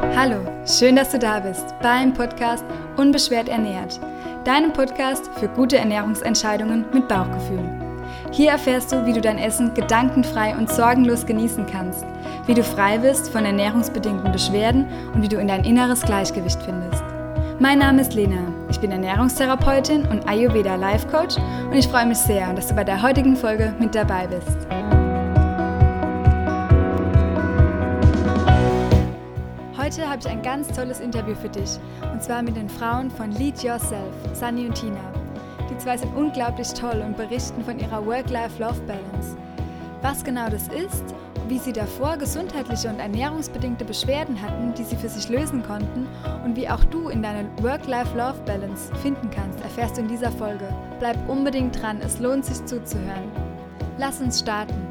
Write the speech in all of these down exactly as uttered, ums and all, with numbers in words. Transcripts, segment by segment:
Hallo, schön, dass du da bist beim Podcast Unbeschwert ernährt, deinem Podcast für gute Ernährungsentscheidungen mit Bauchgefühl. Hier erfährst du, wie du dein Essen gedankenfrei und sorgenlos genießen kannst, wie du frei bist von ernährungsbedingten Beschwerden und wie du in dein inneres Gleichgewicht findest. Mein Name ist Lena, ich bin Ernährungstherapeutin und Ayurveda Life Coach und ich freue mich sehr, dass du bei der heutigen Folge mit dabei bist. Heute habe ich ein ganz tolles Interview für dich, und zwar mit den Frauen von Lead Yourself, Sunny und Tina. Die zwei sind unglaublich toll und berichten von ihrer Work-Life-Love-Balance. Was genau das ist, wie sie davor gesundheitliche und ernährungsbedingte Beschwerden hatten, die sie für sich lösen konnten, und wie auch du in deine Work-Life-Love-Balance finden kannst, erfährst du in dieser Folge. Bleib unbedingt dran, es lohnt sich zuzuhören. Lass uns starten.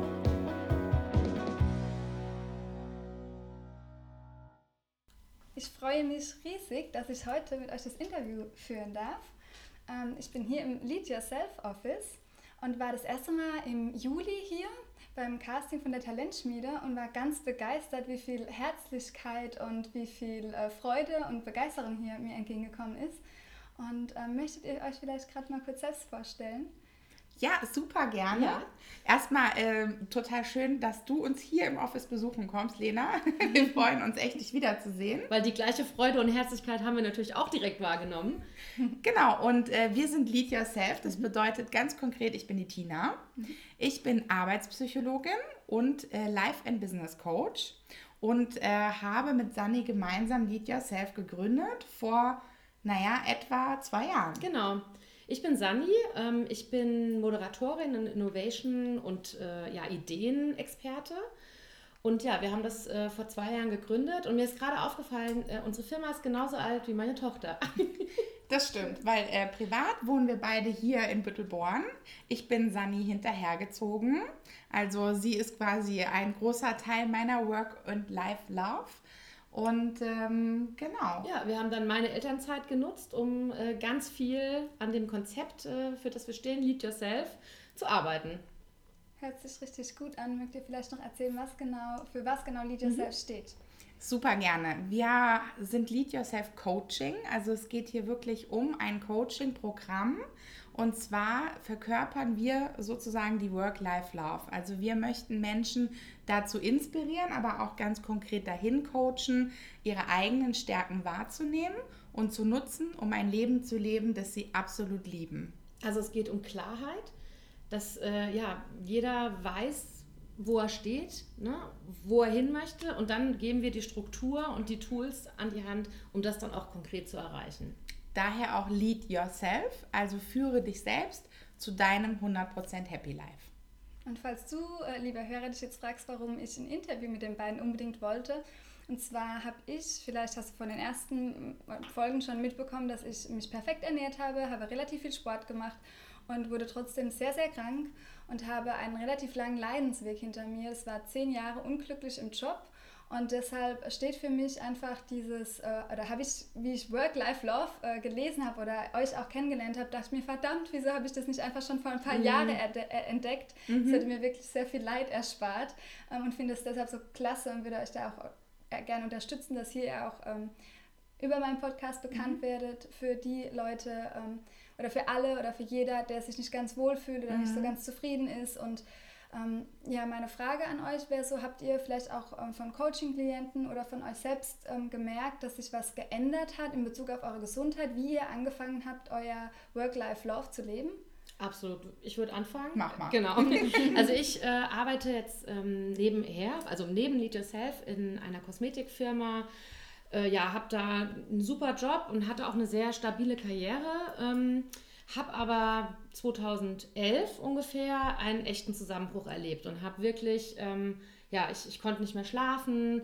Ich freue mich riesig, dass ich heute mit euch das Interview führen darf. Ähm, ich bin hier im Lead Yourself Office und war das erste Mal im Juli hier beim Casting von der Talentschmiede und war ganz begeistert, wie viel Herzlichkeit und wie viel äh, Freude und Begeisterung hier mir entgegengekommen ist. Und ähm, möchtet ihr euch vielleicht gerade mal kurz selbst vorstellen? Ja, super gerne. Ja. Erstmal äh, total schön, dass du uns hier im Office besuchen kommst, Lena. Wir freuen uns echt, dich wiederzusehen. Weil die gleiche Freude und Herzlichkeit haben wir natürlich auch direkt wahrgenommen. Genau, und äh, wir sind Lead Yourself. Das bedeutet ganz konkret, ich bin die Tina. Ich bin Arbeitspsychologin und äh, Life and Business Coach und äh, habe mit Sunny gemeinsam Lead Yourself gegründet vor, naja, etwa zwei Jahren. Genau. Ich bin Sunny, ähm, ich bin Moderatorin in Innovation und äh, ja, Ideenexperte. Und ja, wir haben das äh, vor zwei Jahren gegründet und mir ist gerade aufgefallen, äh, unsere Firma ist genauso alt wie meine Tochter. Das stimmt, weil äh, privat wohnen wir beide hier in Büttelborn. Ich bin Sunny hinterhergezogen. Also sie ist quasi ein großer Teil meiner Work- und Life-Love. Und ähm, genau. Ja, wir haben dann meine Elternzeit genutzt, um äh, ganz viel an dem Konzept, äh, für das wir stehen, Lead Yourself, zu arbeiten. Hört sich richtig gut an. Mögt ihr vielleicht noch erzählen, was genau, für was genau Lead Yourself mhm. steht? Super gerne. Wir sind Lead Yourself Coaching. Also es geht hier wirklich um ein Coaching-Programm. Und zwar verkörpern wir sozusagen die Work-Life-Love. Also wir möchten Menschen dazu inspirieren, aber auch ganz konkret dahin coachen, ihre eigenen Stärken wahrzunehmen und zu nutzen, um ein Leben zu leben, das sie absolut lieben. Also es geht um Klarheit, dass äh, ja, jeder weiß, wo er steht, ne, wo er hin möchte, und dann geben wir die Struktur und die Tools an die Hand, um das dann auch konkret zu erreichen. Daher auch Lead Yourself, also führe dich selbst zu deinem hundert Prozent Happy Life. Und falls du, äh, lieber Hörer, dich jetzt fragst, warum ich ein Interview mit den beiden unbedingt wollte, und zwar habe ich, vielleicht hast du von den ersten Folgen schon mitbekommen, dass ich mich perfekt ernährt habe, habe relativ viel Sport gemacht und wurde trotzdem sehr, sehr krank und habe einen relativ langen Leidensweg hinter mir. Es war zehn Jahre unglücklich im Job. Und deshalb steht für mich einfach dieses, äh, oder habe ich, wie ich Work-Life-Love äh, gelesen habe oder euch auch kennengelernt habe, dachte ich mir, verdammt, wieso habe ich das nicht einfach schon vor ein paar mhm. Jahren erde- äh, entdeckt? Mhm. Das hätte mir wirklich sehr viel Leid erspart ähm, und finde es deshalb so klasse und würde euch da auch äh, gerne unterstützen, dass hier auch ähm, über meinen Podcast bekannt mhm. werdet für die Leute ähm, oder für alle oder für jeder, der sich nicht ganz wohl fühlt oder mhm. nicht so ganz zufrieden ist. Und Ähm, ja, meine Frage an euch wäre so, habt ihr vielleicht auch ähm, von Coaching-Klienten oder von euch selbst ähm, gemerkt, dass sich was geändert hat in Bezug auf eure Gesundheit, wie ihr angefangen habt, euer Work-Life-Love zu leben? Absolut. Ich würde anfangen. Mach mal. Genau. Also ich äh, arbeite jetzt ähm, nebenher, also neben Lead Yourself in einer Kosmetikfirma. Äh, ja, habe da einen super Job und hatte auch eine sehr stabile Karriere. Ähm, Habe aber zweitausendelf ungefähr einen echten Zusammenbruch erlebt und habe wirklich, ähm, ja, ich, ich konnte nicht mehr schlafen,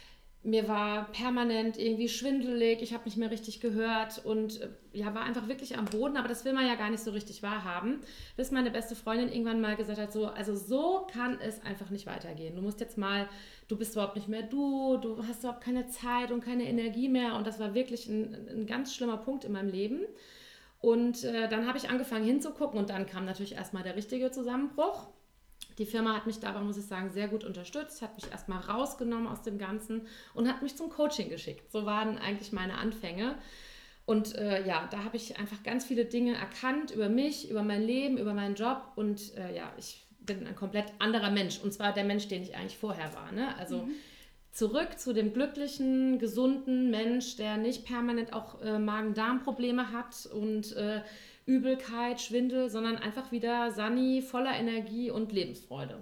mir war permanent irgendwie schwindelig, ich habe nicht mehr richtig gehört und äh, ja, war einfach wirklich am Boden, aber das will man ja gar nicht so richtig wahrhaben, bis meine beste Freundin irgendwann mal gesagt hat, so, also so kann es einfach nicht weitergehen. Du musst jetzt mal, du bist überhaupt nicht mehr du, du hast überhaupt keine Zeit und keine Energie mehr, und das war wirklich ein, ein ganz schlimmer Punkt in meinem Leben. Und äh, dann habe ich angefangen hinzugucken und dann kam natürlich erstmal der richtige Zusammenbruch. Die Firma hat mich dabei, muss ich sagen, sehr gut unterstützt, hat mich erstmal rausgenommen aus dem Ganzen und hat mich zum Coaching geschickt. So waren eigentlich meine Anfänge. Und äh, ja, da habe ich einfach ganz viele Dinge erkannt über mich, über mein Leben, über meinen Job. Und äh, ja, ich bin ein komplett anderer Mensch. Und zwar der Mensch, den ich eigentlich vorher war. Ne? Also mhm. zurück zu dem glücklichen, gesunden Mensch, der nicht permanent auch äh, Magen-Darm-Probleme hat und äh, Übelkeit, Schwindel, sondern einfach wieder sunny, voller Energie und Lebensfreude.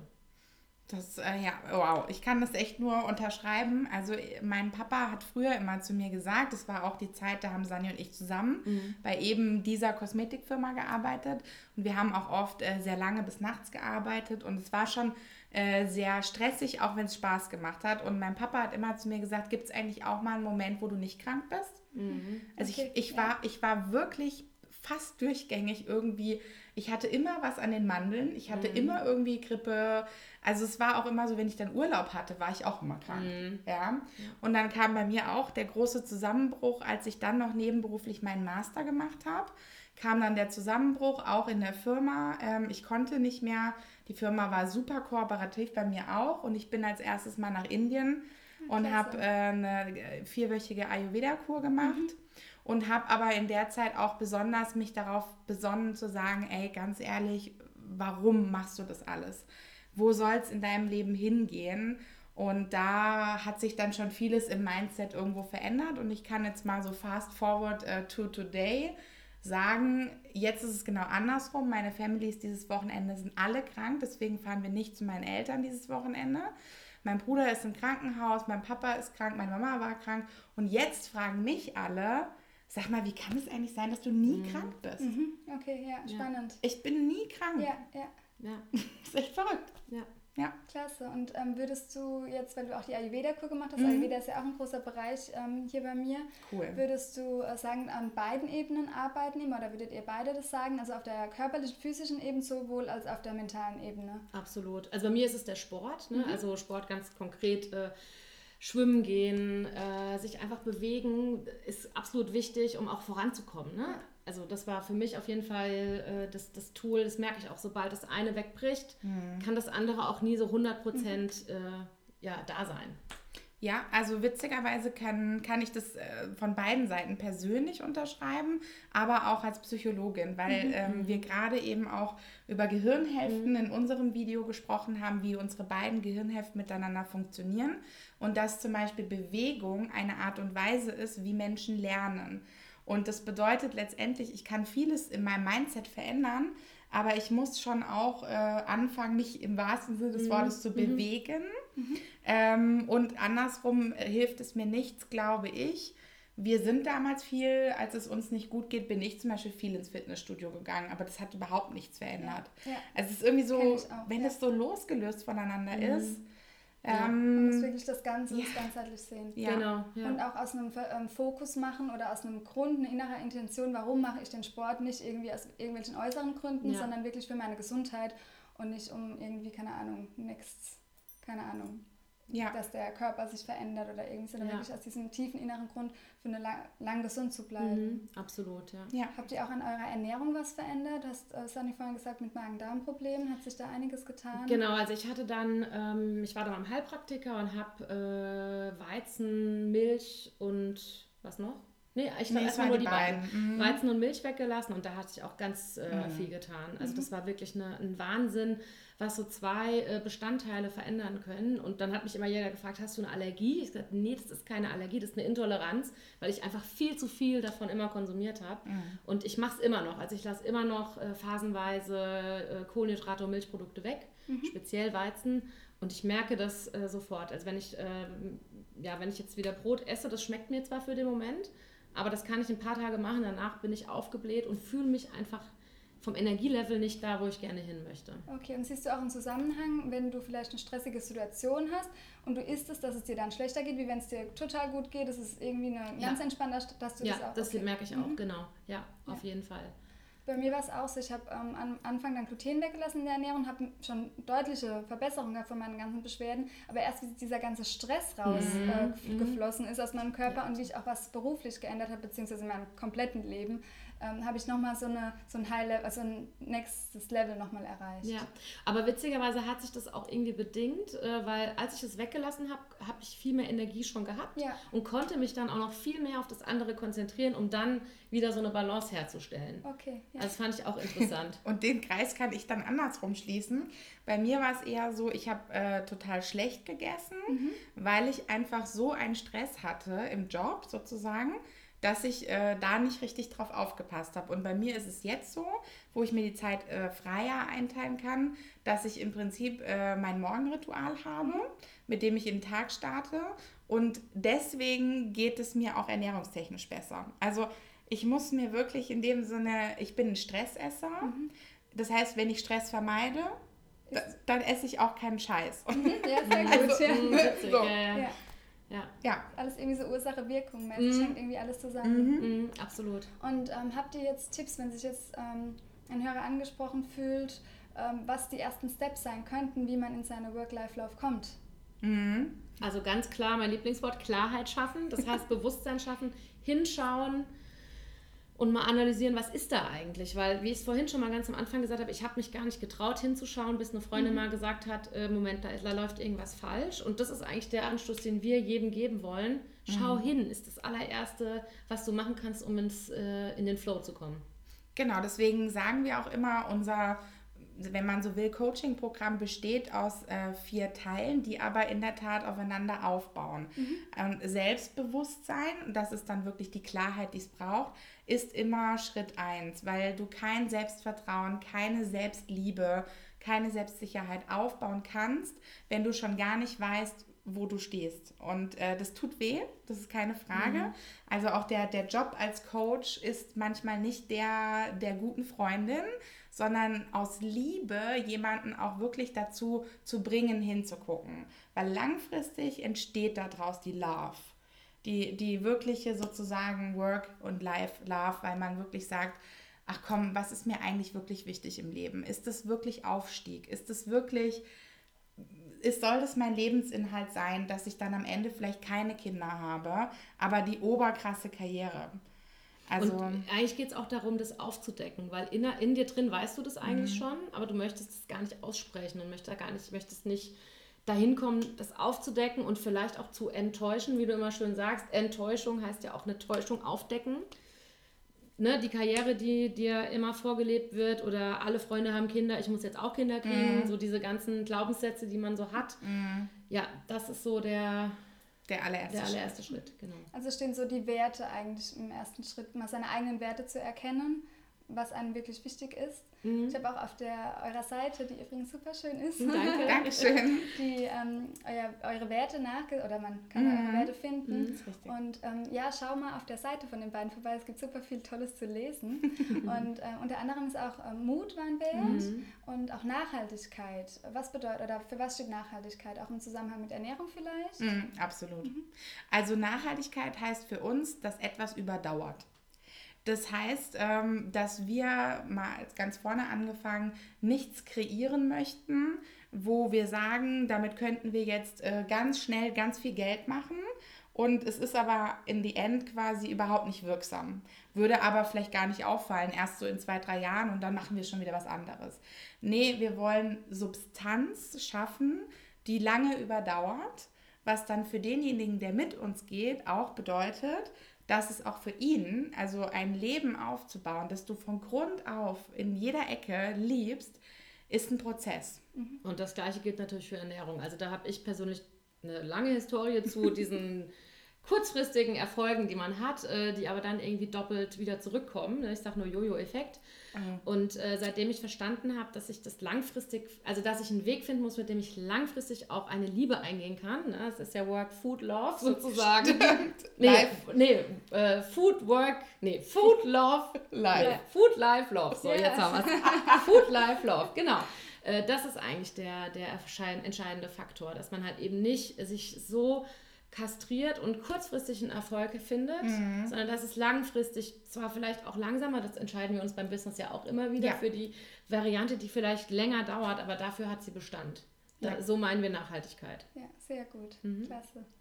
Das, äh, ja, wow, ich kann das echt nur unterschreiben. Also mein Papa hat früher immer zu mir gesagt, das war auch die Zeit, da haben Sani und ich zusammen mhm. bei eben dieser Kosmetikfirma gearbeitet und wir haben auch oft äh, sehr lange bis nachts gearbeitet und es war schon äh, sehr stressig, auch wenn es Spaß gemacht hat. Und mein Papa hat immer zu mir gesagt, gibt es eigentlich auch mal einen Moment, wo du nicht krank bist? Mhm. Also okay. ich, ich, war, ich war wirklich fast durchgängig irgendwie, ich hatte immer was an den Mandeln, ich hatte mhm. immer irgendwie Grippe, also es war auch immer so, wenn ich dann Urlaub hatte, war ich auch immer krank. Mhm. Ja? Und dann kam bei mir auch der große Zusammenbruch, als ich dann noch nebenberuflich meinen Master gemacht habe, kam dann der Zusammenbruch auch in der Firma, ähm, ich konnte nicht mehr, die Firma war super kooperativ bei mir auch und ich bin als erstes mal nach Indien ja, und habe äh, eine vierwöchige Ayurveda-Kur gemacht. Mhm. Und habe aber in der Zeit auch besonders mich darauf besonnen zu sagen, ey, ganz ehrlich, warum machst du das alles? Wo soll es in deinem Leben hingehen? Und da hat sich dann schon vieles im Mindset irgendwo verändert. Und ich kann jetzt mal so fast forward uh, to today sagen, jetzt ist es genau andersrum. Meine Families dieses Wochenende sind alle krank, deswegen fahren wir nicht zu meinen Eltern dieses Wochenende. Mein Bruder ist im Krankenhaus, mein Papa ist krank, meine Mama war krank. Und jetzt fragen mich alle, sag mal, wie kann es eigentlich sein, dass du nie mhm. krank bist? Mhm. Okay, ja, spannend. Ich bin nie krank. Ja, ja. ja. Das ist echt verrückt. Ja. Ja. Klasse. Und ähm, würdest du jetzt, weil du auch die Ayurveda-Kur gemacht hast, mhm. Ayurveda ist ja auch ein großer Bereich ähm, hier bei mir, cool. Würdest du äh, sagen, an beiden Ebenen arbeiten immer oder würdet ihr beide das sagen? Also auf der körperlichen, physischen Ebene sowohl als auf der mentalen Ebene? Absolut. Also bei mir ist es der Sport, ne? Mhm. Also Sport ganz konkret, äh, Schwimmen gehen, äh, sich einfach bewegen, ist absolut wichtig, um auch voranzukommen. Ne? Ja. Also das war für mich auf jeden Fall äh, das, das Tool, das merke ich auch, sobald das eine wegbricht, mhm. kann das andere auch nie so hundert Prozent mhm. äh, ja, da sein. Ja, also witzigerweise kann, kann ich das äh, von beiden Seiten persönlich unterschreiben, aber auch als Psychologin, weil mhm. ähm, wir gerade eben auch über Gehirnhälften mhm. in unserem Video gesprochen haben, wie unsere beiden Gehirnhälften miteinander funktionieren und dass zum Beispiel Bewegung eine Art und Weise ist, wie Menschen lernen. Und das bedeutet letztendlich, ich kann vieles in meinem Mindset verändern, aber ich muss schon auch äh, anfangen, mich im wahrsten Sinne des Wortes mhm. zu bewegen. Mhm. Ähm, und andersrum hilft es mir nichts, glaube ich. Wir sind damals viel, als es uns nicht gut geht, bin ich zum Beispiel viel ins Fitnessstudio gegangen, aber das hat überhaupt nichts verändert. Ja. Ja. Also es ist irgendwie so, auch, wenn ja. es so losgelöst voneinander mhm. ist. Ja, ähm, man muss wirklich das Ganze, ja. das ganzheitlich sehen. Ja. Genau, ja. Und auch aus einem ähm, Fokus machen oder aus einem Grund, eine innere Intention, warum mache ich den Sport, nicht irgendwie aus irgendwelchen äußeren Gründen, ja. sondern wirklich für meine Gesundheit und nicht um irgendwie, keine Ahnung, nichts, keine Ahnung, ja. dass der Körper sich verändert oder irgendwie, sondern ja. wirklich aus diesem tiefen inneren Grund für eine lang, lang gesund zu bleiben. Mhm, absolut, ja. ja. Habt ihr auch an eurer Ernährung was verändert? Hast äh, Sani vorhin gesagt, mit Magen-Darm-Problemen, hat sich da einiges getan? Genau, also ich hatte dann, ähm, ich war dann beim Heilpraktiker und habe äh, Weizen, Milch und was noch? Nee, ich nee, erstmal nur die beiden. beiden. Mhm. Weizen und Milch weggelassen und da hatte ich auch ganz äh, mhm. viel getan. Also mhm. das war wirklich eine, ein Wahnsinn, was so zwei äh, Bestandteile verändern können. Und dann hat mich immer jeder gefragt, hast du eine Allergie? Ich gesagt, nee, das ist keine Allergie, das ist eine Intoleranz, weil ich einfach viel zu viel davon immer konsumiert habe. Mhm. Und ich mache es immer noch. Also ich lasse immer noch äh, phasenweise äh, Kohlenhydrate und Milchprodukte weg, mhm. speziell Weizen. Und ich merke das äh, sofort. Also wenn ich, äh, ja, wenn ich jetzt wieder Brot esse, das schmeckt mir zwar für den Moment, aber das kann ich ein paar Tage machen, danach bin ich aufgebläht und fühle mich einfach vom Energielevel nicht da, wo ich gerne hin möchte. Okay, und siehst du auch einen Zusammenhang, wenn du vielleicht eine stressige Situation hast und du isst es, dass es dir dann schlechter geht, wie wenn es dir total gut geht, das ist irgendwie eine ganz ja. entspannter, dass du ja, das auch... Ja, das okay. merke ich auch, mhm. genau. Ja, ja, auf jeden Fall. Bei mir war es auch so, ich habe ähm, am Anfang dann Gluten weggelassen in der Ernährung, habe schon deutliche Verbesserungen gehabt von meinen ganzen Beschwerden, aber erst wie dieser ganze Stress rausgeflossen mhm. äh, ist aus meinem Körper ja. und wie ich auch was beruflich geändert habe, beziehungsweise in meinem kompletten Leben, ähm, habe ich nochmal so, eine, so ein High Level, also ein nächstes Level nochmal erreicht. Ja, aber witzigerweise hat sich das auch irgendwie bedingt, äh, weil als ich es weggelassen habe, habe ich viel mehr Energie schon gehabt ja. und konnte mich dann auch noch viel mehr auf das andere konzentrieren, um dann wieder so eine Balance herzustellen. Okay, ja. Also das fand ich auch interessant. Und den Kreis kann ich dann andersrum schließen. Bei mir war es eher so, ich habe äh, total schlecht gegessen, mhm. weil ich einfach so einen Stress hatte im Job sozusagen, dass ich äh, da nicht richtig drauf aufgepasst habe. Und bei mir ist es jetzt so, wo ich mir die Zeit äh, freier einteilen kann, dass ich im Prinzip äh, mein Morgenritual habe, mit dem ich in den Tag starte. Und deswegen geht es mir auch ernährungstechnisch besser. Also ich muss mir wirklich in dem Sinne, ich bin ein Stressesser. Mhm. Das heißt, wenn ich Stress vermeide, da, dann esse ich auch keinen Scheiß. Mhm, ja, sehr gut. Also, ja. so. ja, ja. Ja. Ja. ja. Alles irgendwie so Ursache-Wirkung, mäßig Mhm. hängt irgendwie alles zusammen. Mhm. Mhm, absolut. Und ähm, habt ihr jetzt Tipps, wenn sich jetzt ähm, ein Hörer angesprochen fühlt, ähm, was die ersten Steps sein könnten, wie man in seine Work-Life-Love kommt? Mhm. Also ganz klar, mein Lieblingswort, Klarheit schaffen. Das heißt Bewusstsein schaffen, hinschauen und mal analysieren, was ist da eigentlich? Weil, wie ich es vorhin schon mal ganz am Anfang gesagt habe, ich habe mich gar nicht getraut hinzuschauen, bis eine Freundin mhm. mal gesagt hat, äh, Moment, da, ist, da läuft irgendwas falsch. Und das ist eigentlich der Anstoß, den wir jedem geben wollen. Schau mhm. hin, ist das allererste, was du machen kannst, um ins, äh, in den Flow zu kommen. Genau, deswegen sagen wir auch immer, unser, wenn man so will, Coaching-Programm besteht aus äh, vier Teilen, die aber in der Tat aufeinander aufbauen. Mhm. Ähm, Selbstbewusstsein, das ist dann wirklich die Klarheit, die es braucht, ist immer Schritt eins, weil du kein Selbstvertrauen, keine Selbstliebe, keine Selbstsicherheit aufbauen kannst, wenn du schon gar nicht weißt, wo du stehst. Und äh, das tut weh, das ist keine Frage. Mhm. Also auch der, der Job als Coach ist manchmal nicht der der guten Freundin, sondern aus Liebe jemanden auch wirklich dazu zu bringen, hinzugucken. Weil langfristig entsteht daraus die Love. Die, die wirkliche sozusagen Work- und Life-Love, weil man wirklich sagt, ach komm, was ist mir eigentlich wirklich wichtig im Leben? Ist das wirklich Aufstieg? Ist das wirklich... Es soll das mein Lebensinhalt sein, dass ich dann am Ende vielleicht keine Kinder habe, aber die oberkrasse Karriere. Also und eigentlich geht es auch darum, das aufzudecken, weil in, in dir drin weißt du das eigentlich mhm. schon, aber du möchtest es gar nicht aussprechen und möchtest gar nicht, möchtest nicht dahin kommen, das aufzudecken und vielleicht auch zu enttäuschen, wie du immer schön sagst. Enttäuschung heißt ja auch eine Täuschung aufdecken. Ne, die Karriere, die dir immer vorgelebt wird oder alle Freunde haben Kinder, ich muss jetzt auch Kinder kriegen, mm. so diese ganzen Glaubenssätze, die man so hat. Mm. Ja, das ist so der, der allererste, der allererste Schritt. Schritt. Genau. Also stehen so die Werte eigentlich im ersten Schritt, mal seine eigenen Werte zu erkennen, was einem wirklich wichtig ist. Mhm. Ich habe auch auf der eurer Seite, die übrigens super schön ist, Danke, Dankeschön. die ähm, euer, eure Werte nachge... oder man kann mhm. eure Werte finden. Mhm, und ähm, ja, schau mal auf der Seite von den beiden vorbei, es gibt super viel Tolles zu lesen. und äh, unter anderem ist auch äh, Mut war ein Wert mhm. und auch Nachhaltigkeit. Was bedeutet, oder für was steht Nachhaltigkeit? Auch im Zusammenhang mit Ernährung vielleicht? Mhm, absolut. Mhm. Also Nachhaltigkeit heißt für uns, dass etwas überdauert. Das heißt, dass wir mal ganz vorne angefangen, nichts kreieren möchten, wo wir sagen, damit könnten wir jetzt ganz schnell ganz viel Geld machen und es ist aber in the end quasi überhaupt nicht wirksam. Würde aber vielleicht gar nicht auffallen, erst so in zwei, drei Jahren und dann machen wir schon wieder was anderes. Nee, wir wollen Substanz schaffen, die lange überdauert, was dann für denjenigen, der mit uns geht, auch bedeutet, dass es auch für ihn, also ein Leben aufzubauen, das du von Grund auf in jeder Ecke liebst, ist ein Prozess. Und das Gleiche gilt natürlich für Ernährung. Also da habe ich persönlich eine lange Historie zu diesen kurzfristigen Erfolgen, die man hat, die aber dann irgendwie doppelt wieder zurückkommen. Ich sage nur Jojo-Effekt. Mhm. Und äh, seitdem ich verstanden habe, dass ich das langfristig, also dass ich einen Weg finden muss, mit dem ich langfristig auch eine Liebe eingehen kann. Ne? Das ist ja Work, Food, Love sozusagen. Stimmt. Nee, Life. nee äh, Food, Work, nee, Food, Love, Life. Ja, Food, Life, Love. So, yeah. jetzt haben wir es. Food, Life, Love, genau. Äh, das ist eigentlich der, der entscheidende Faktor, dass man halt eben nicht sich so kastriert und kurzfristig einen Erfolg findet, mhm. sondern dass es langfristig, zwar vielleicht auch langsamer, das entscheiden wir uns beim Business ja auch immer wieder, ja. für die Variante, die vielleicht länger dauert, aber dafür hat sie Bestand. Da, ja. So meinen wir Nachhaltigkeit. Ja, sehr gut. Mhm. Klasse.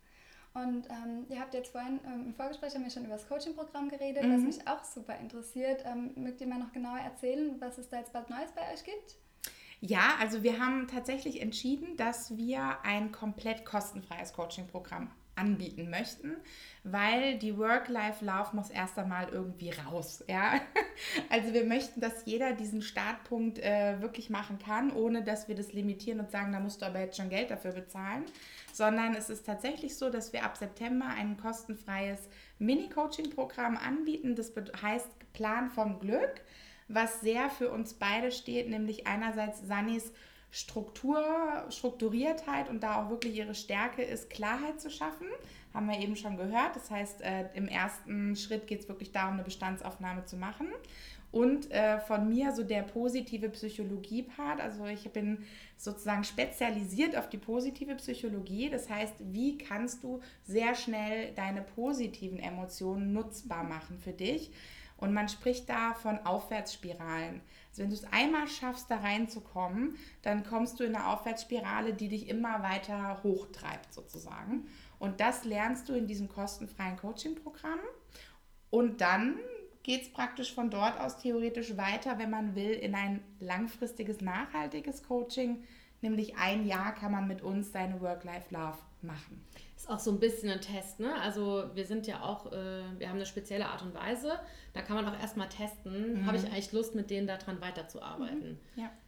Und ähm, ihr habt jetzt vorhin ähm, im Vorgespräch haben wir schon über das Coaching-Programm geredet, Mhm. was mich auch super interessiert. Ähm, mögt ihr mal noch genauer erzählen, was es da jetzt bald Neues bei euch gibt? Ja, also wir haben tatsächlich entschieden, dass wir ein komplett kostenfreies Coaching-Programm anbieten möchten, weil die Work-Life-Love muss erst einmal irgendwie raus. Ja? Also wir möchten, dass jeder diesen Startpunkt äh, wirklich machen kann, ohne dass wir das limitieren und sagen, da musst du aber jetzt schon Geld dafür bezahlen, sondern es ist tatsächlich so, dass wir ab September ein kostenfreies Mini-Coaching-Programm anbieten. Das heißt Plan vom Glück, was sehr für uns beide steht, nämlich einerseits Sannys Struktur, Strukturiertheit und da auch wirklich ihre Stärke ist, Klarheit zu schaffen. Haben wir eben schon gehört. Das heißt, äh, im ersten Schritt geht es wirklich darum, eine Bestandsaufnahme zu machen. Und äh, von mir so der positive Psychologie-Part. Also ich bin sozusagen spezialisiert auf die positive Psychologie. Das heißt, wie kannst du sehr schnell deine positiven Emotionen nutzbar machen für dich? Und man spricht da von Aufwärtsspiralen. Also wenn du es einmal schaffst, da reinzukommen, dann kommst du in eine Aufwärtsspirale, die dich immer weiter hochtreibt sozusagen. Und das lernst du in diesem kostenfreien Coaching-Programm. Und dann geht es praktisch von dort aus theoretisch weiter, wenn man will, in ein langfristiges, nachhaltiges Coaching. Nämlich ein Jahr kann man mit uns seine Work-Life-Love machen. Ist auch so ein bisschen ein Test, ne? Also wir sind ja auch, äh, wir haben eine spezielle Art und Weise. Da kann man auch erstmal testen, mhm. habe ich eigentlich Lust, mit denen daran weiterzuarbeiten. Mhm. Ja.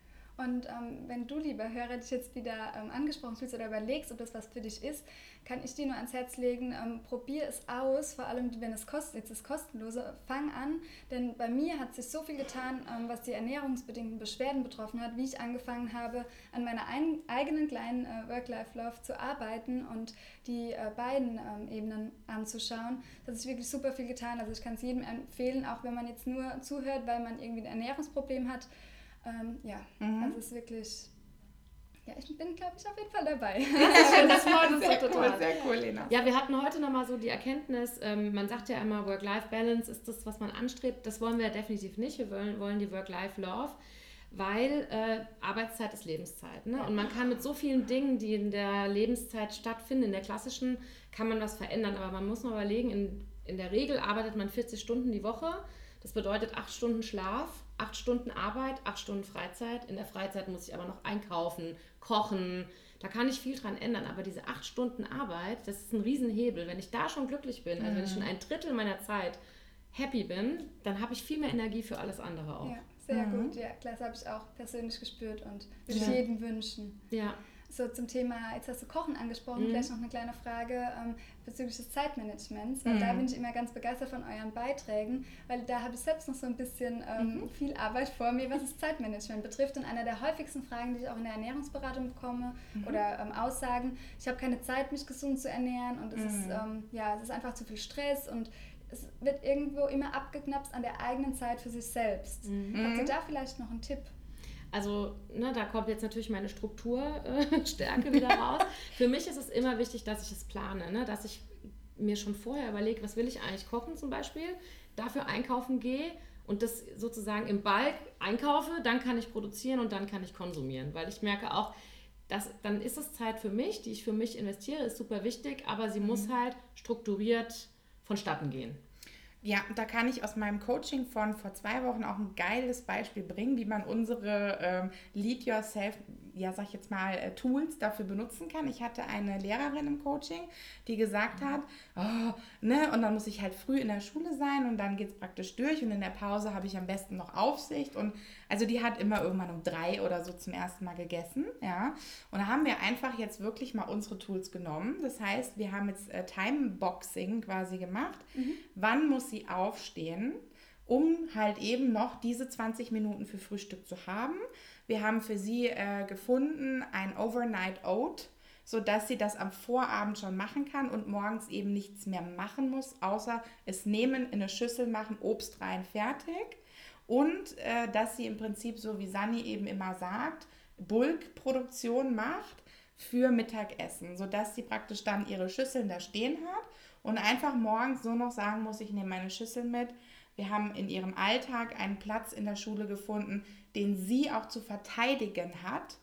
Und ähm, wenn du, lieber Hörer, dich jetzt wieder ähm, angesprochen fühlst oder überlegst, ob das was für dich ist, kann ich dir nur ans Herz legen, ähm, probier es aus, vor allem wenn es kost- jetzt ist kostenlose, fang an, denn bei mir hat sich so viel getan, ähm, was die ernährungsbedingten Beschwerden betroffen hat, wie ich angefangen habe, an meiner ein- eigenen kleinen äh, Work-Life-Love zu arbeiten und die äh, beiden ähm, Ebenen anzuschauen. Das hat sich wirklich super viel getan, also ich kann es jedem empfehlen, auch wenn man jetzt nur zuhört, weil man irgendwie ein Ernährungsproblem hat. Ähm, ja, mhm. also es ist wirklich, ja, ich bin, glaube ich, auf jeden Fall dabei. Ja, das freut uns sehr total. Cool, sehr cool, Lena. Ja, wir hatten heute nochmal so die Erkenntnis, ähm, man sagt ja immer, Work-Life-Balance ist das, was man anstrebt. Das wollen wir definitiv nicht. Wir wollen, wollen die Work-Life-Love, weil äh, Arbeitszeit ist Lebenszeit. Ne? Und man kann mit so vielen Dingen, die in der Lebenszeit stattfinden, in der klassischen, kann man was verändern. Aber man muss mal überlegen, in, in der Regel arbeitet man vierzig Stunden die Woche. Das bedeutet acht Stunden Schlaf, acht Stunden Arbeit, acht Stunden Freizeit. In der Freizeit muss ich aber noch einkaufen, kochen. Da kann ich viel dran ändern. Aber diese acht Stunden Arbeit, das ist ein Riesenhebel. Wenn ich da schon glücklich bin, also wenn ich schon ein Drittel meiner Zeit happy bin, dann habe ich viel mehr Energie für alles andere auch. Ja, sehr mhm. gut. Ja, klar, das habe ich auch persönlich gespürt und würde ich ja. jedem wünschen. Ja. So zum Thema, jetzt hast du Kochen angesprochen, mhm. vielleicht noch eine kleine Frage ähm, bezüglich des Zeitmanagements, weil mhm. da bin ich immer ganz begeistert von euren Beiträgen, weil da habe ich selbst noch so ein bisschen ähm, mhm. viel Arbeit vor mir, was das Zeitmanagement betrifft. Und eine der häufigsten Fragen, die ich auch in der Ernährungsberatung bekomme mhm. oder ähm, Aussagen, ich habe keine Zeit, mich gesund zu ernähren und es, mhm. ist, ähm, ja, es ist einfach zu viel Stress und es wird irgendwo immer abgeknapst an der eigenen Zeit für sich selbst. Mhm. Habt ihr da vielleicht noch einen Tipp? Also, ne, da kommt jetzt natürlich meine Strukturstärke wieder raus. Für mich ist es immer wichtig, dass ich es plane, ne? Dass ich mir schon vorher überlege, was will ich eigentlich kochen zum Beispiel, dafür einkaufen gehe und das sozusagen im Bulk einkaufe, dann kann ich produzieren und dann kann ich konsumieren. Weil ich merke auch, dass, dann ist es Zeit für mich, die ich für mich investiere, ist super wichtig, aber sie mhm. muss halt strukturiert vonstatten gehen. Ja, da kann ich aus meinem Coaching von vor zwei Wochen auch ein geiles Beispiel bringen, wie man unsere ähm, Lead Yourself, ja sag ich jetzt mal, äh, Tools dafür benutzen kann. Ich hatte eine Lehrerin im Coaching, die gesagt hat, oh, ne, und dann muss ich halt früh in der Schule sein und dann geht es praktisch durch und in der Pause habe ich am besten noch Aufsicht und also die hat immer irgendwann um drei oder so zum ersten Mal gegessen, ja, und da haben wir einfach jetzt wirklich mal unsere Tools genommen. Das heißt, wir haben jetzt äh, Timeboxing quasi gemacht. Mhm. Wann muss sie aufstehen, um halt eben noch diese zwanzig Minuten für Frühstück zu haben. Wir haben für sie äh, gefunden ein Overnight Oat, sodass sie das am Vorabend schon machen kann und morgens eben nichts mehr machen muss, außer es nehmen, in eine Schüssel machen, Obst rein, fertig. Und äh, dass sie im Prinzip, so wie Sanni eben immer sagt, Bulkproduktion macht für Mittagessen, sodass sie praktisch dann ihre Schüsseln da stehen hat und einfach morgens nur noch sagen muss, ich nehme meine Schüssel mit. Wir haben in ihrem Alltag einen Platz in der Schule gefunden, den sie auch zu verteidigen hat,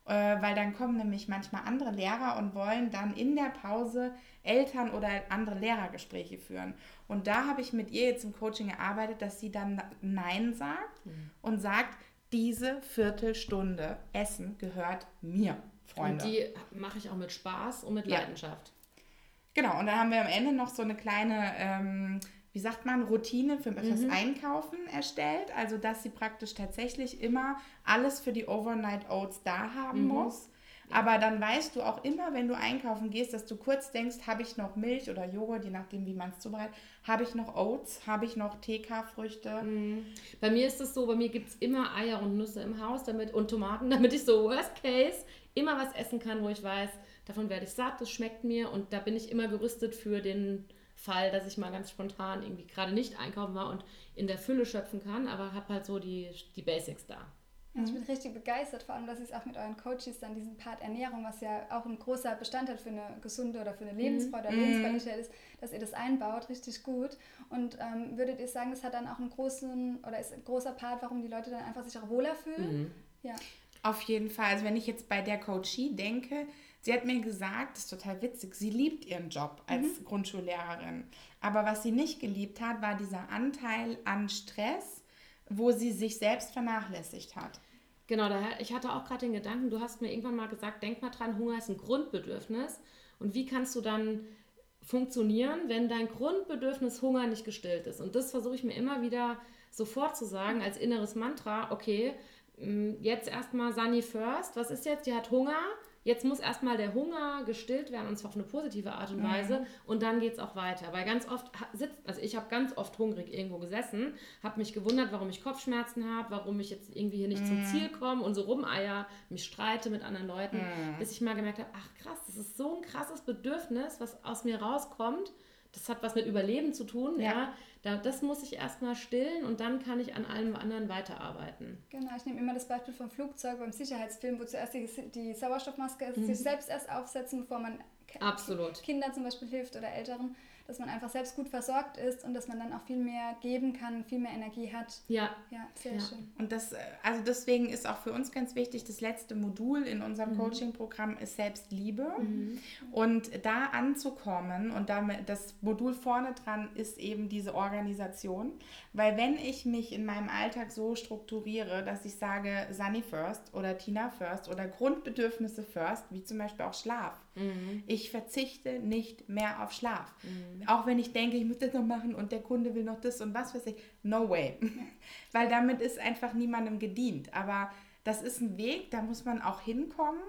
äh, weil dann kommen nämlich manchmal andere Lehrer und wollen dann in der Pause Eltern- oder andere Lehrergespräche führen. Und da habe ich mit ihr jetzt im Coaching gearbeitet, dass sie dann Nein sagt mhm. und sagt, diese Viertelstunde Essen gehört mir, Freunde. Und die mache ich auch mit Spaß und mit Leidenschaft. Ja. Genau, und dann haben wir am Ende noch so eine kleine, ähm, wie sagt man, Routine für das mhm. Einkaufen erstellt. Also, dass sie praktisch tatsächlich immer alles für die Overnight Oats da haben mhm. muss. Ja. Aber dann weißt du auch immer, wenn du einkaufen gehst, dass du kurz denkst, habe ich noch Milch oder Joghurt, je nachdem, wie man es zubereitet, habe ich noch Oats, habe ich noch T K-Früchte. Mhm. Bei mir ist es so, bei mir gibt es immer Eier und Nüsse im Haus damit und Tomaten, damit ich so worst case immer was essen kann, wo ich weiß, davon werde ich satt, das schmeckt mir und da bin ich immer gerüstet für den Fall, dass ich mal ganz spontan irgendwie gerade nicht einkaufen war und in der Fülle schöpfen kann, aber habe halt so die, die Basics da. Ja, ich bin richtig begeistert, vor allem, dass ihr auch mit euren Coaches dann diesen Part Ernährung, was ja auch ein großer Bestandteil für eine gesunde oder für eine Lebensfreude oder Mhm. Lebensqualität ist, dass ihr das einbaut, richtig gut. Und ähm, würdet ihr sagen, das hat dann auch einen großen, oder ist ein großer Part, warum die Leute dann einfach sich auch wohler fühlen? Mhm. Ja. Auf jeden Fall. Also wenn ich jetzt bei der Coachie denke, sie hat mir gesagt, das ist total witzig, sie liebt ihren Job als mhm. Grundschullehrerin. Aber was sie nicht geliebt hat, war dieser Anteil an Stress, wo sie sich selbst vernachlässigt hat. Genau, daher, ich hatte auch gerade den Gedanken, du hast mir irgendwann mal gesagt, denk mal dran, Hunger ist ein Grundbedürfnis. Und wie kannst du dann funktionieren, wenn dein Grundbedürfnis Hunger nicht gestillt ist? Und das versuche ich mir immer wieder sofort zu sagen, als inneres Mantra, okay, jetzt erstmal Sunny first, was ist jetzt? Die hat Hunger, jetzt muss erstmal der Hunger gestillt werden und zwar auf eine positive Art und Weise mhm. und dann geht es auch weiter. Weil ganz oft sitzt, also ich habe ganz oft hungrig irgendwo gesessen, habe mich gewundert, warum ich Kopfschmerzen habe, warum ich jetzt irgendwie hier nicht mhm. zum Ziel komme und so rumeier, mich streite mit anderen Leuten, mhm. bis ich mal gemerkt habe, ach krass, das ist so ein krasses Bedürfnis, was aus mir rauskommt. Das hat was mit Überleben zu tun, ja. ja. Da, das muss ich erstmal stillen und dann kann ich an allem anderen weiterarbeiten. Genau, ich nehme immer das Beispiel vom Flugzeug, beim Sicherheitsfilm, wo zuerst die, die Sauerstoffmaske ist, mhm. sich selbst erst aufsetzen, bevor man Absolut. Kindern zum Beispiel hilft oder Älteren, dass man einfach selbst gut versorgt ist und dass man dann auch viel mehr geben kann, viel mehr Energie hat. Ja. Ja, sehr ja. schön. Und das, also deswegen ist auch für uns ganz wichtig, das letzte Modul in unserem mhm. Coaching-Programm ist Selbstliebe. Mhm. Und da anzukommen und damit das Modul vorne dran ist eben diese Organisation. Weil wenn ich mich in meinem Alltag so strukturiere, dass ich sage Sunny first oder Tina first oder Grundbedürfnisse first, wie zum Beispiel auch Schlaf. Mhm. Ich verzichte nicht mehr auf Schlaf. Mhm. Auch wenn ich denke, ich muss das noch machen und der Kunde will noch das und was weiß ich. No way. Weil damit ist einfach niemandem gedient. Aber das ist ein Weg, da muss man auch hinkommen.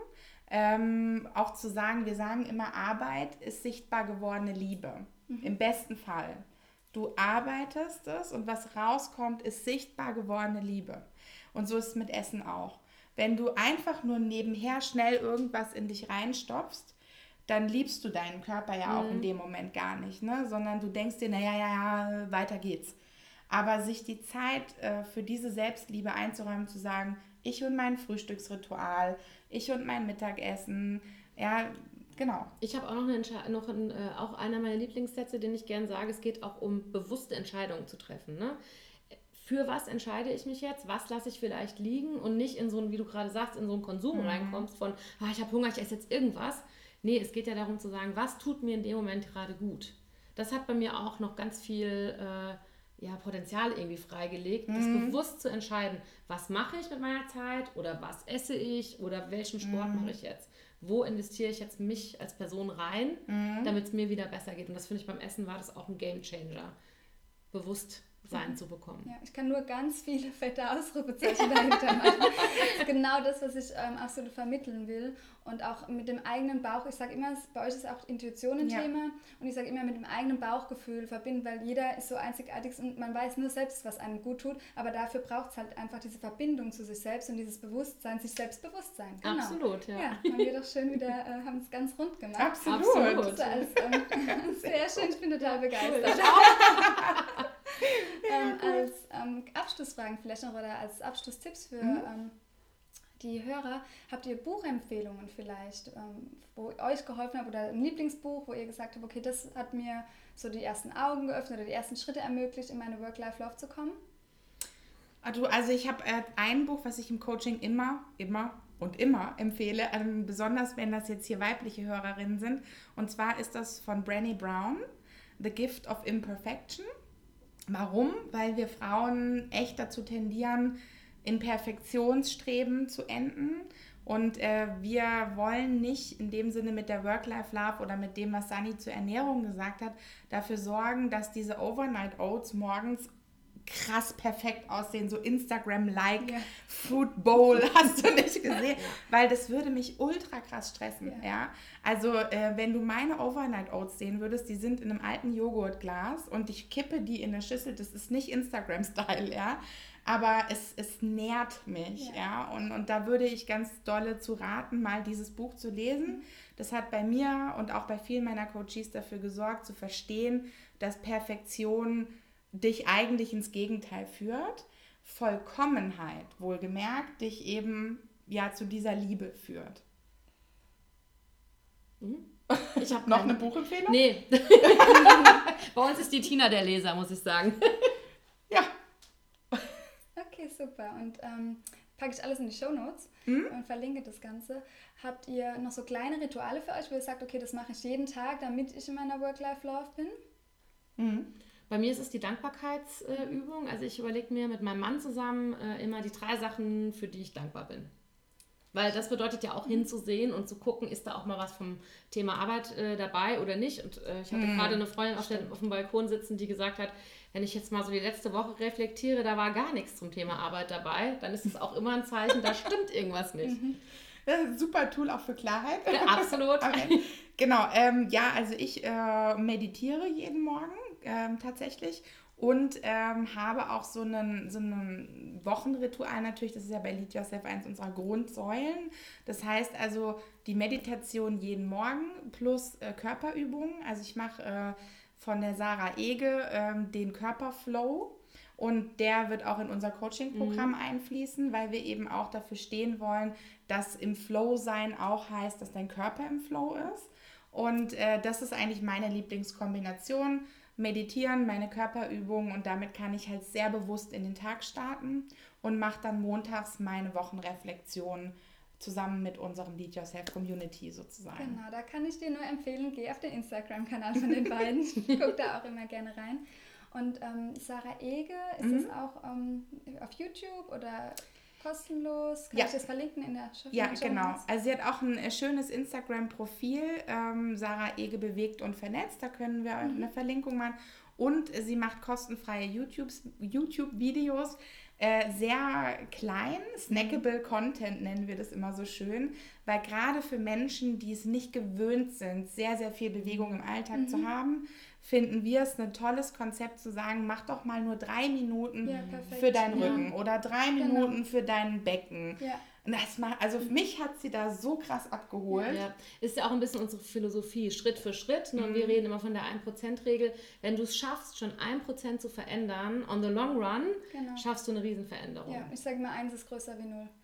Ähm, auch zu sagen, wir sagen immer, Arbeit ist sichtbar gewordene Liebe. Mhm. Im besten Fall. Du arbeitest es und was rauskommt, ist sichtbar gewordene Liebe. Und so ist es mit Essen auch. Wenn du einfach nur nebenher schnell irgendwas in dich reinstopfst, dann liebst du deinen Körper ja auch mhm. in dem Moment gar nicht, ne? Sondern du denkst dir, naja, ja, ja, weiter geht's. Aber sich die Zeit äh, für diese Selbstliebe einzuräumen, zu sagen, ich und mein Frühstücksritual, ich und mein Mittagessen, ja, genau. Ich habe auch noch, eine Entsche- noch ein, äh, auch einer meiner Lieblingssätze, den ich gerne sage, es geht auch um bewusste Entscheidungen zu treffen, ne? Für was entscheide ich mich jetzt? Was lasse ich vielleicht liegen und nicht in so ein, wie du gerade sagst, in so einen Konsum mhm. reinkommst von, ah, ich habe Hunger, ich esse jetzt irgendwas. Nee, es geht ja darum zu sagen, was tut mir in dem Moment gerade gut? Das hat bei mir auch noch ganz viel äh, ja, Potenzial irgendwie freigelegt, mhm. das bewusst zu entscheiden, was mache ich mit meiner Zeit oder was esse ich oder welchen Sport mhm. mache ich jetzt? Wo investiere ich jetzt mich als Person rein, mhm. damit es mir wieder besser geht? Und das finde ich beim Essen war das auch ein Gamechanger. Bewusst sein zu bekommen. Ja, ich kann nur ganz viele fette Ausrufezeichen dahinter machen. Das ist genau das, was ich ähm, absolut vermitteln will. Und auch mit dem eigenen Bauch, ich sage immer, bei euch ist auch Intuition ein ja. Thema. Und ich sage immer, mit dem eigenen Bauchgefühl verbinden, weil jeder ist so einzigartig und man weiß nur selbst, was einem gut tut. Aber dafür braucht es halt einfach diese Verbindung zu sich selbst und dieses Bewusstsein, sich Selbstbewusstsein. Genau. Absolut, ja. Ja, haben wir doch schön wieder, äh, haben es ganz rund gemacht. Absolut. Absolut. So als, ähm, sehr schön, ich bin total begeistert. Cool. ähm, als ähm, Abschlussfragen vielleicht noch oder als Abschlusstipps für mhm. ähm, die Hörer, habt ihr Buchempfehlungen vielleicht, ähm, wo euch geholfen habt oder ein Lieblingsbuch, wo ihr gesagt habt, okay, das hat mir so die ersten Augen geöffnet oder die ersten Schritte ermöglicht, in meine Work-Life-Love zu kommen? Also ich habe äh, ein Buch, was ich im Coaching immer, immer und immer empfehle, ähm, besonders wenn das jetzt hier weibliche Hörerinnen sind. Und zwar ist das von Brené Brown, The Gift of Imperfection. Warum? Weil wir Frauen echt dazu tendieren, in Perfektionsstreben zu enden. Und äh, wir wollen nicht in dem Sinne mit der Work-Life-Love oder mit dem, was Sunny zur Ernährung gesagt hat, dafür sorgen, dass diese Overnight Oats morgens krass perfekt aussehen, so Instagram-like, ja. Fruit Bowl, hast du nicht gesehen? Weil das würde mich ultra krass stressen, ja. ja? Also äh, wenn du meine Overnight Oats sehen würdest, die sind in einem alten Joghurtglas und ich kippe die in eine Schüssel, das ist nicht Instagram-Style, ja? Aber es, es nährt mich, ja, ja? Und, und da würde ich ganz dolle zu raten, mal dieses Buch zu lesen. Das hat bei mir und auch bei vielen meiner Coaches dafür gesorgt, zu verstehen, dass Perfektion dich eigentlich ins Gegenteil führt. Vollkommenheit, wohlgemerkt, dich eben ja zu dieser Liebe führt. Mhm. Ich habe noch eine Buchempfehlung? Nee. Bei uns ist die Tina der Leser, muss ich sagen. Ja. Okay, super. Und ähm, packe ich alles in die Shownotes mhm. und verlinke das Ganze. Habt ihr noch so kleine Rituale für euch, wo ihr sagt, okay, das mache ich jeden Tag, damit ich in meiner Work-Life-Love bin? Mhm. Bei mir ist es die Dankbarkeitsübung. Also ich überlege mir mit meinem Mann zusammen äh, immer die drei Sachen, für die ich dankbar bin. Weil das bedeutet ja auch hinzusehen und zu gucken, ist da auch mal was vom Thema Arbeit äh, dabei oder nicht. Und äh, ich hatte mhm. gerade eine Freundin auf, der, auf dem Balkon sitzen, die gesagt hat, wenn ich jetzt mal so die letzte Woche reflektiere, da war gar nichts zum Thema Arbeit dabei, dann ist es auch immer ein Zeichen, da stimmt irgendwas nicht. Mhm. Super Tool auch für Klarheit. Ja, absolut. Okay. Genau, ähm, ja, also ich äh, meditiere jeden Morgen ähm, tatsächlich und ähm, habe auch so einen, so einen Wochenritual natürlich, das ist ja bei Lead Yourself eins unserer Grundsäulen. Das heißt also die Meditation jeden Morgen plus äh, Körperübungen. Also ich mache äh, von der Sarah Ege ähm, den Körperflow. Und der wird auch in unser Coaching-Programm mhm. einfließen, weil wir eben auch dafür stehen wollen, dass im Flow sein auch heißt, dass dein Körper im Flow ist. Und äh, das ist eigentlich meine Lieblingskombination. Meditieren, meine Körperübungen und damit kann ich halt sehr bewusst in den Tag starten und mache dann montags meine Wochenreflexion zusammen mit unserem Lead Yourself Community sozusagen. Genau, da kann ich dir nur empfehlen, geh auf den Instagram-Kanal von den beiden. Guck da auch immer gerne rein. Und ähm, Sarah Ege, ist mhm. das auch ähm, auf YouTube oder kostenlos? Kann ja. ich das verlinken in der Show? Ja, genau. Also sie hat auch ein schönes Instagram-Profil, ähm, Sarah Ege bewegt und vernetzt, da können wir mhm. eine Verlinkung machen. Und sie macht kostenfreie YouTubes, YouTube-Videos, äh, sehr klein, snackable Content nennen wir das immer so schön, weil gerade für Menschen, die es nicht gewöhnt sind, sehr, sehr viel Bewegung im Alltag mhm. zu haben, finden wir es ein tolles Konzept zu sagen, mach doch mal nur drei Minuten ja, für deinen ja. Rücken oder drei genau. Minuten für dein Becken. Ja. Und das macht, also für mich hat sie da so krass abgeholt. Ja, ist ja auch ein bisschen unsere Philosophie, Schritt für Schritt. Ne? Mhm. Wir reden immer von der ein Prozent Regel. Wenn du es schaffst, schon ein Prozent zu verändern, on the long run, genau. schaffst du eine Riesenveränderung. Ja, ich sage mal, eins ist größer wie null.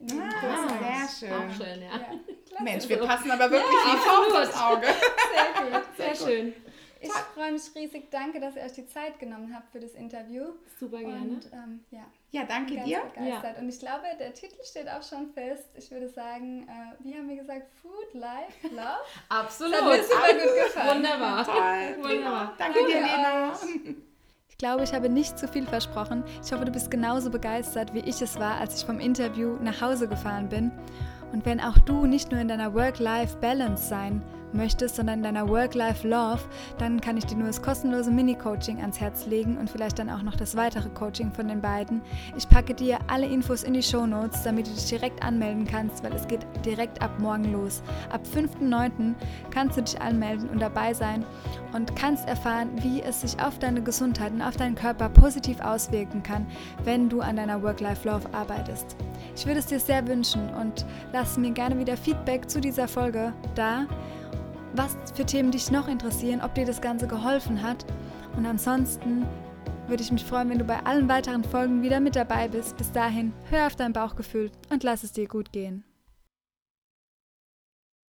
Ah, sehr schön. Auch schön, ja. ja Mensch, wir passen aber wirklich ja, wie Faust aufs Auge. Sehr gut, sehr, sehr schön. Ich freue mich riesig. Danke, dass ihr euch die Zeit genommen habt für das Interview. Super gerne. Und, ähm, ja, ja, danke ganz dir. Begeistert. Ja. Und ich glaube, der Titel steht auch schon fest. Ich würde sagen, äh, wie haben wir gesagt? Food, Life, Love? Absolut. Das hat mir super gut gefallen. Wunderbar. Toll. Wunderbar. Danke dir, Lena. Ich glaube, ich habe nicht zu viel versprochen. Ich hoffe, du bist genauso begeistert, wie ich es war, als ich vom Interview nach Hause gefahren bin. Und wenn auch du nicht nur in deiner Work-Life-Balance sein möchtest, sondern in deiner Work-Life-Love, dann kann ich dir nur das kostenlose Mini-Coaching ans Herz legen und vielleicht dann auch noch das weitere Coaching von den beiden. Ich packe dir alle Infos in die Shownotes, damit du dich direkt anmelden kannst, weil es geht direkt ab morgen los. Ab fünften neunten kannst du dich anmelden und dabei sein und kannst erfahren, wie es sich auf deine Gesundheit und auf deinen Körper positiv auswirken kann, wenn du an deiner Work-Life-Love arbeitest. Ich würde es dir sehr wünschen und lass mir gerne wieder Feedback zu dieser Folge da, was für Themen dich noch interessieren, ob dir das Ganze geholfen hat. Und ansonsten würde ich mich freuen, wenn du bei allen weiteren Folgen wieder mit dabei bist. Bis dahin, hör auf dein Bauchgefühl und lass es dir gut gehen.